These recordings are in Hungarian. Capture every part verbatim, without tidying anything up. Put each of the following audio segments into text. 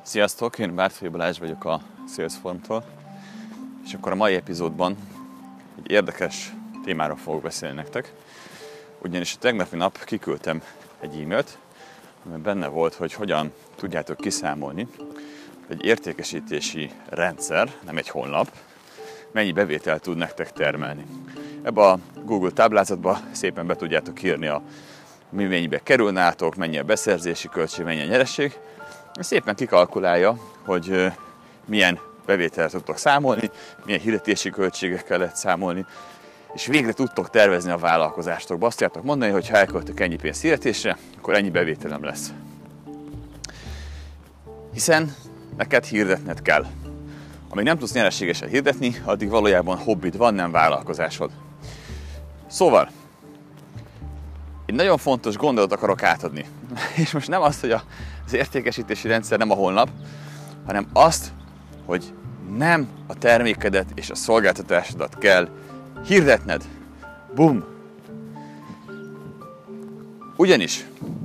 Sziasztok, én Bártfai Balázs vagyok a Salesforce-tól, és akkor a mai epizódban egy érdekes témáról fogok beszélni nektek, ugyanis a tegnapi nap kiküldtem egy e-mailt, amiben benne volt, hogy hogyan tudjátok kiszámolni, hogy egy értékesítési rendszer, nem egy honlap, mennyi bevételt tud nektek termelni. Ebbe a Google táblázatba szépen be tudjátok írni, a, mi mennyibe kerül nálatok, mennyi a beszerzési költség, mennyi a nyereség. Szépen kikalkulálja, hogy milyen bevételt tudtok számolni, milyen hirdetési költségekkel lehet számolni, és végre tudtok tervezni a vállalkozástokba. Azt tudjátok mondani, hogy ha elköltök ennyi pénzt hirdetésre, akkor ennyi bevételem lesz. Hiszen neked hirdetned kell. Amíg nem tudsz nyereségesen hirdetni, addig valójában hobbid van, nem vállalkozásod. Szóval, egy nagyon fontos gondolatot akarok átadni. És most nem azt, hogy az értékesítési rendszer nem a honlap, hanem azt, hogy nem a termékedet és a szolgáltatásodat kell hirdetned. Bum! Ugyanis,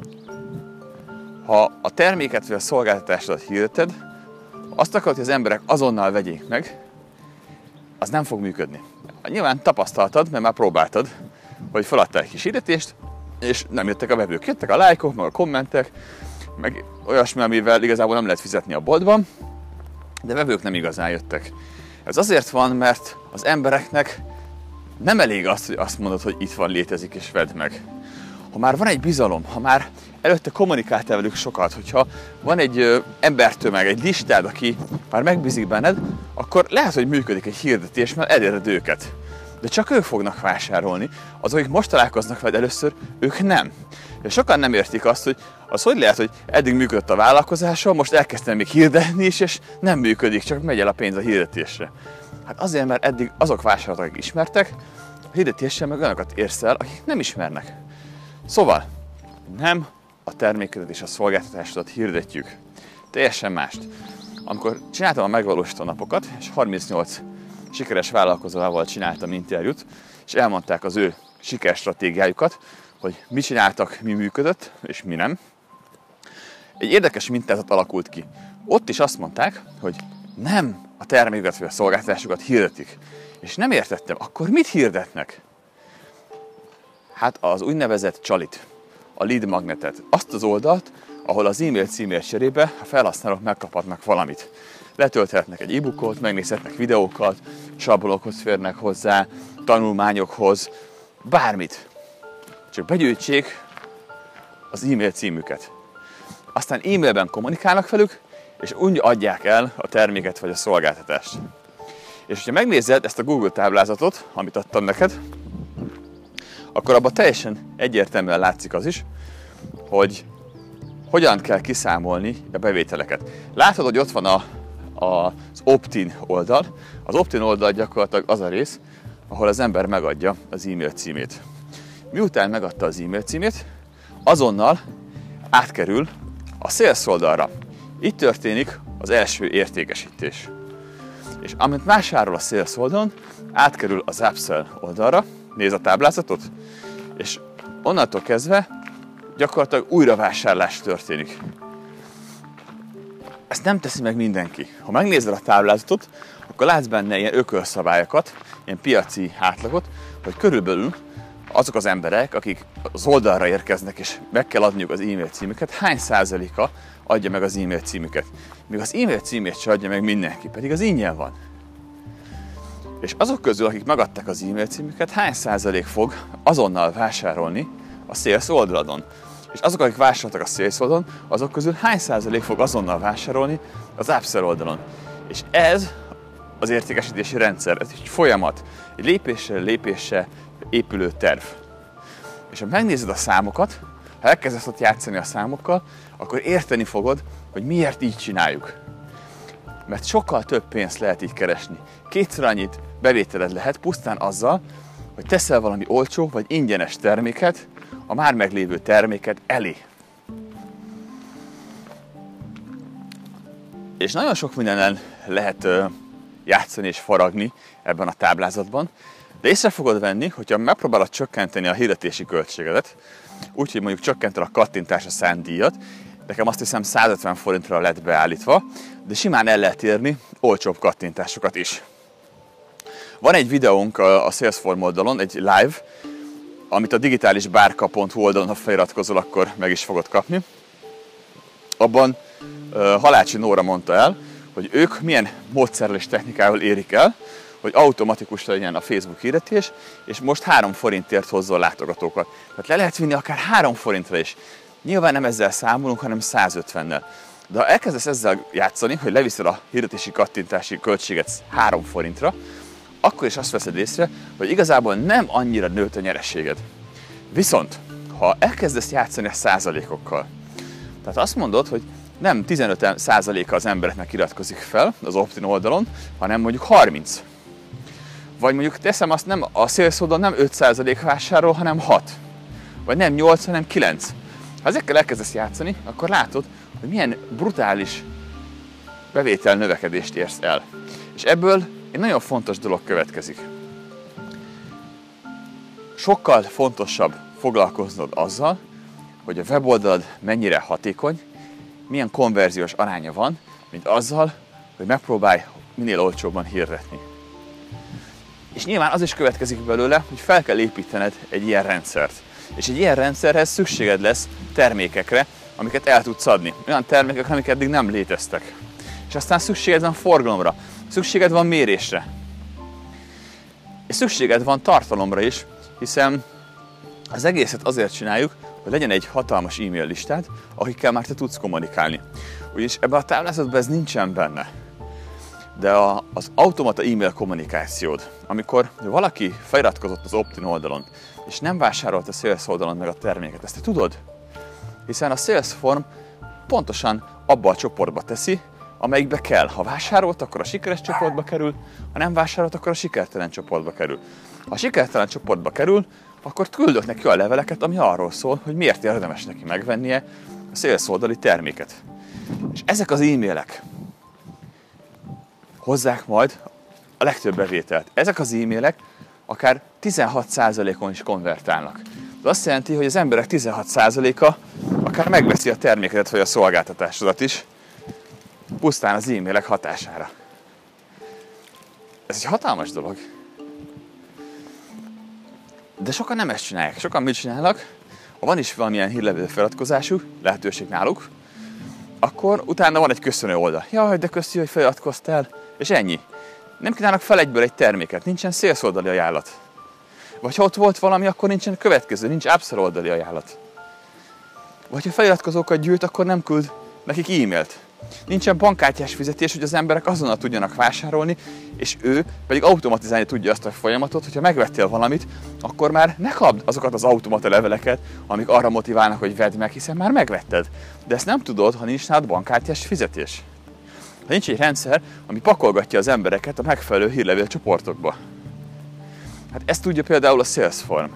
ha a terméket vagy a szolgáltatásodat hirdeted, azt akarod, hogy az emberek azonnal vegyék meg, az nem fog működni. Nyilván tapasztaltad, mert már próbáltad, hogy feladtál egy kis hirdetést, és nem jöttek a vevők. Jöttek a lájkok, meg a kommentek, meg olyasmi, amivel igazából nem lehet fizetni a boltban, de vevők nem igazán jöttek. Ez azért van, mert az embereknek nem elég az, hogy azt mondod, hogy itt van, létezik és vedd meg. Ha már van egy bizalom, ha már előtte kommunikáltál velük sokat, hogyha van egy ö, embertömeg, egy listád, aki már megbízik benned, akkor lehet, hogy működik egy hirdetés, mert eléred őket. De csak ők fognak vásárolni, azok, akik most találkoznak veled először, ők nem. És sokan nem értik azt, hogy az hogy lehet, hogy eddig működött a vállalkozással, most elkezdtem még hirdetni is, és nem működik, csak megy el a pénz a hirdetésre. Hát azért, mert eddig azok vásároltak, akik ismertek, a hirdetéssel meg olyanokat érsz el, akik nem ismernek. Szóval, nem a termékedet és a szolgáltatásodat hirdetjük. Teljesen mást. Amikor csináltam a megvalósító napokat, és harmincnyolc sikeres vállalkozóval csináltam interjút, és elmondták az ő sikerstratégiájukat, hogy mi csináltak, mi működött, és mi nem. Egy érdekes mintázat alakult ki. Ott is azt mondták, hogy nem a terméket vagy a szolgáltatásokat hirdetik. És nem értettem, akkor mit hirdetnek? Hát az úgynevezett csalit, a lead magnetet, azt az oldalt, ahol az e-mail címért cserébe a felhasználók megkaphatnak valamit. Letölthetnek egy e-bookot, megnézhetnek videókat, sablonokhoz férnek hozzá, tanulmányokhoz, bármit. Csak begyűjtsék az e-mail címüket. Aztán e-mailben kommunikálnak velük, és úgy adják el a terméket vagy a szolgáltatást. És ha megnézed ezt a Google táblázatot, amit adtam neked, akkor abban teljesen egyértelműen látszik az is, hogy hogyan kell kiszámolni a bevételeket. Látod, hogy ott van a, a, az opt-in oldal. Az opt-in oldal gyakorlatilag az a rész, ahol az ember megadja az e-mail címét. Miután megadta az e-mail címét, azonnal átkerül a sales oldalra. Itt történik az első értékesítés. És amit vásárol a sales oldalon, átkerül az upsell oldalra, néz a táblázatot, és onnantól kezdve gyakorlatilag újravásárlás történik. Ezt nem teszi meg mindenki. Ha megnézed a táblázatot, akkor látsz benne ilyen ökölszabályokat, ilyen piaci átlagot, hogy körülbelül azok az emberek, akik az oldalra érkeznek és meg kell adniuk az e-mail címüket, hány százaléka adja meg az e-mail címüket. Míg az e-mail címét se adja meg mindenki, pedig az ingyen van. És azok közül, akik megadták az e-mail címüket, hány százalék fog azonnal vásárolni a sales oldaladon. És azok, akik vásároltak a sales oldalon, azok közül hány százalék fog azonnal vásárolni az upsell oldalon. És ez az értékesítési rendszer, ez egy folyamat, egy lépésre lépésre épülő terv. És ha megnézed a számokat, ha elkezdesz ott játszani a számokkal, akkor érteni fogod, hogy miért így csináljuk. Mert sokkal több pénzt lehet így keresni. Kétszer annyit bevételed lehet pusztán azzal, hogy teszel valami olcsó vagy ingyenes terméket a már meglévő terméket elé. És nagyon sok mindenen lehet játszani és faragni ebben a táblázatban, de észre fogod venni, hogyha megpróbálod csökkenteni a hirdetési költségedet, úgyhogy mondjuk csökkented a kattintásra szánt díjat, nekem azt hiszem száz ötven forintra lett beállítva, de simán el lehet érni olcsóbb kattintásokat is. Van egy videónk a Salesforce oldalon, egy live, amit a digitálisbárka pont hu oldalon, ha feliratkozol, akkor meg is fogod kapni. Abban Halácsi Nóra mondta el, hogy ők milyen módszerrel és technikával érik el, hogy automatikus legyen a Facebook hirdetés, és most három forintért hozza a látogatókat. Tehát le lehet vinni akár három forintra is. Nyilván nem ezzel számolunk, hanem száz ötvennel. De ha elkezdesz ezzel játszani, hogy leviszed a hirdetési kattintási költséget három forintra, akkor is azt veszed észre, hogy igazából nem annyira nőtt a nyereséged. Viszont, ha elkezdesz játszani a százalékokkal, tehát azt mondod, hogy nem tizenöt százaléka az embereknek iratkozik fel az opt-in oldalon, hanem mondjuk harminc. Vagy mondjuk teszem azt, nem a sales oldalon nem öt százalék vásárol, hanem hat. Vagy nem nyolc, hanem kilenc. Ha ezekkel elkezdesz játszani, akkor látod, hogy milyen brutális bevétel növekedést érsz el. És ebből egy nagyon fontos dolog következik. Sokkal fontosabb foglalkoznod azzal, hogy a weboldalad mennyire hatékony, milyen konverziós aránya van, mint azzal, hogy megpróbálj minél olcsóbban hirdetni. És nyilván az is következik belőle, hogy fel kell építened egy ilyen rendszert. És egy ilyen rendszerhez szükséged lesz termékekre, amiket el tudsz adni. Olyan termékekre, amik eddig nem léteztek. És aztán szükséged van forgalomra, szükséged van mérésre. És szükséged van tartalomra is, hiszen az egészet azért csináljuk, hogy legyen egy hatalmas e-mail listád, akikkel már te tudsz kommunikálni. Ugyanis ebben a táblázatban ez nincsen benne. De a, az automata e-mail kommunikációd, amikor valaki feliratkozott az opt-in oldalon, és nem vásárolt a Sales oldalon meg a terméket, ezt te tudod? Hiszen a Salesforce pontosan abba a csoportba teszi, amelyikbe kell. Ha vásárolt, akkor a sikeres csoportba kerül, ha nem vásárolt, akkor a sikertelen csoportba kerül. Ha a sikertelen csoportba kerül, akkor küldök neki a leveleket, ami arról szól, hogy miért érdemes neki megvennie a Sales oldali terméket. És ezek az e-mailek hozzák majd a legtöbb bevételt. Ezek az e-mailek akár tizenhat százalékon is konvertálnak. Ez azt jelenti, hogy az emberek tizenhat százaléka akár megveszi a termékedet vagy a szolgáltatásodat is, pusztán az e-mailek hatására. Ez egy hatalmas dolog. De sokan nem ezt csinálják. Sokan mit csinálnak? Ha van is valamilyen hírlevél feliratkozásuk, lehetőség náluk, akkor utána van egy köszönő oldal. Jaj, de köszi, hogy feliratkoztál, és ennyi. Nem kínálnak fel egyből egy terméket, nincsen sales oldali ajánlat. Vagy ha ott volt valami, akkor nincsen következő, nincs upsell oldali ajánlat. Vagy ha feliratkozókat gyűjt, akkor nem küld nekik e-mailt. Nincsen bankkártyás fizetés, hogy az emberek azonnal tudjanak vásárolni, és ő pedig automatizálni tudja azt a folyamatot, hogyha megvettél valamit, akkor már ne kapd azokat az automata leveleket, amik arra motiválnak, hogy vedd meg, hiszen már megvetted. De ezt nem tudod, ha nincs nálad bankkártyás fizetés. Ha nincs egy rendszer, ami pakolgatja az embereket a megfelelő hírlevél csoportokba. Hát ezt tudja például a Salesforce.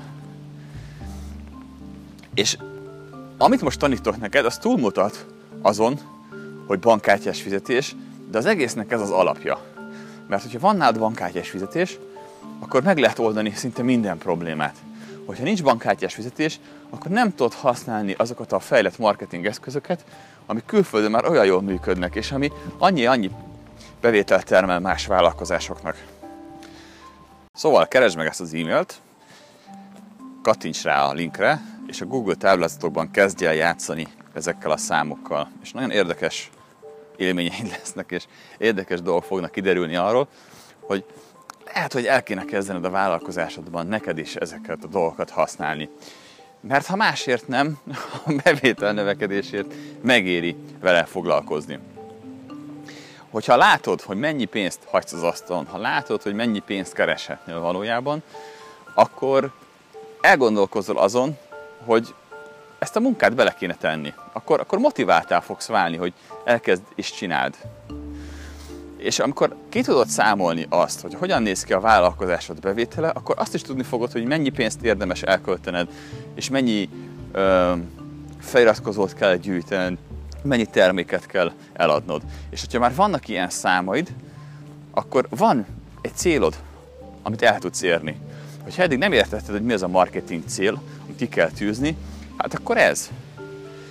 És amit most tanítok neked, az túlmutat azon, hogy bankkártyás fizetés, de az egésznek ez az alapja. Mert hogyha van nálad bankkártyás fizetés, akkor meg lehet oldani szinte minden problémát. Hogyha nincs bankkártyás fizetés, akkor nem tudod használni azokat a fejlett marketing eszközöket, amik külföldön már olyan jól működnek, és ami annyi-annyi bevételt termel más vállalkozásoknak. Szóval keresd meg ezt az e-mailt, kattints rá a linkre, és a Google táblázatokban kezdj el játszani ezekkel a számokkal. És nagyon érdekes élményeid lesznek, és érdekes dolgok fognak kiderülni arról, hogy lehet, hogy el kéne kezdened a vállalkozásodban neked is ezeket a dolgokat használni. Mert ha másért nem, a bevétel növekedésért megéri vele foglalkozni. Hogyha látod, hogy mennyi pénzt hagysz az asztalon, ha látod, hogy mennyi pénzt kereshetnél valójában, akkor elgondolkozol azon, hogy ezt a munkát bele kéne tenni. Akkor, akkor motiváltál fogsz válni, hogy elkezd és csináld. És amikor ki tudod számolni azt, hogy hogyan néz ki a vállalkozásod bevétele, akkor azt is tudni fogod, hogy mennyi pénzt érdemes elköltened, és mennyi ö, feliratkozót kell gyűjtened, mennyi terméket kell eladnod. És hogyha már vannak ilyen számaid, akkor van egy célod, amit el tudsz érni. Hogyha eddig nem értetted, hogy mi az a marketing cél, amit ki kell tűzni, hát akkor ez.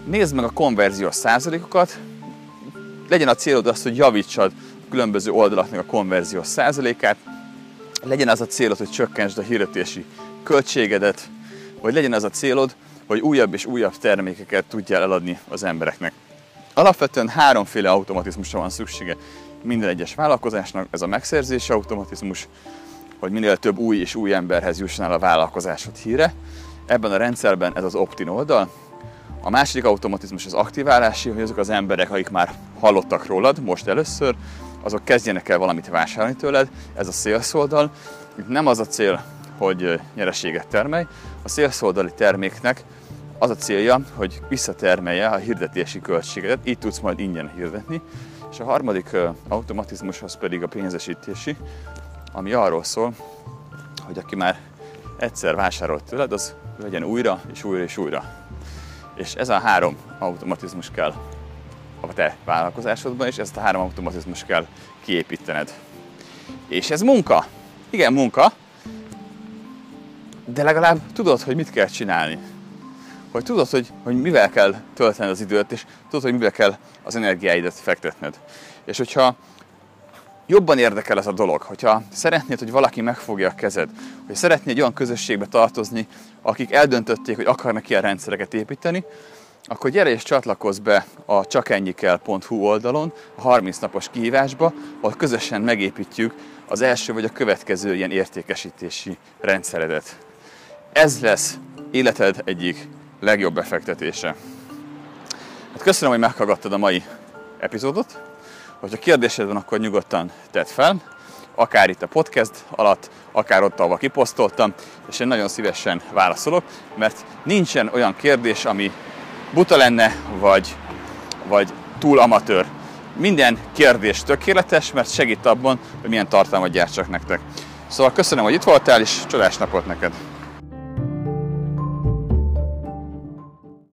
Nézd meg a konverziós százalékokat, legyen a célod az, hogy javítsad a különböző oldalaknak a konverziós százalékát, legyen az a célod, hogy csökkentsd a hirdetési költségedet, vagy legyen az a célod, hogy újabb és újabb termékeket tudjál eladni az embereknek. Alapvetően háromféle automatizmusra van szüksége minden egyes vállalkozásnak. Ez a megszerzési automatizmus, hogy minél több új és új emberhez jusson el a vállalkozásod híre. Ebben a rendszerben ez az opt-in oldal. A második automatizmus az aktiválási, hogy azok az emberek, akik már hallottak rólad most először, azok kezdjenek el valamit vásárolni tőled. Ez a sales oldal. Itt nem az a cél, hogy nyereséget termelj. A sales oldali terméknek az a célja, hogy visszatermelje a hirdetési költségedet, így tudsz majd ingyen hirdetni. És a harmadik automatizmus az pedig a pénzesítési, ami arról szól, hogy aki már egyszer vásárolt tőled, az legyen újra és újra és újra. És ez a három automatizmus kell a te vállalkozásodban, és ezt a három automatizmus kell kiépítened. És ez munka. Igen, munka, de legalább tudod, hogy mit kell csinálni. Hogy tudod, hogy, hogy mivel kell töltened az időt, és tudod, hogy mivel kell az energiáidat fektetned. És hogyha jobban érdekel ez a dolog, hogyha szeretnéd, hogy valaki megfogja a kezed, hogy szeretnéd egy olyan közösségbe tartozni, akik eldöntötték, hogy akarnak ilyen rendszereket építeni, akkor gyere és csatlakozz be a csakennyikkel pont hu oldalon, a harminc napos kihívásba, ahol közösen megépítjük az első vagy a következő ilyen értékesítési rendszeredet. Ez lesz életed egyik legjobb befektetése. Hát köszönöm, hogy meghallgattad a mai epizódot. Hogyha kérdésed van, akkor nyugodtan tedd fel, akár itt a podcast alatt, akár ott, ahol kiposztoltam, és én nagyon szívesen válaszolok, mert nincsen olyan kérdés, ami buta lenne, vagy, vagy túl amatőr. Minden kérdés tökéletes, mert segít abban, hogy milyen tartalmat gyártsak nektek. Szóval köszönöm, hogy itt voltál, és csodás napot neked!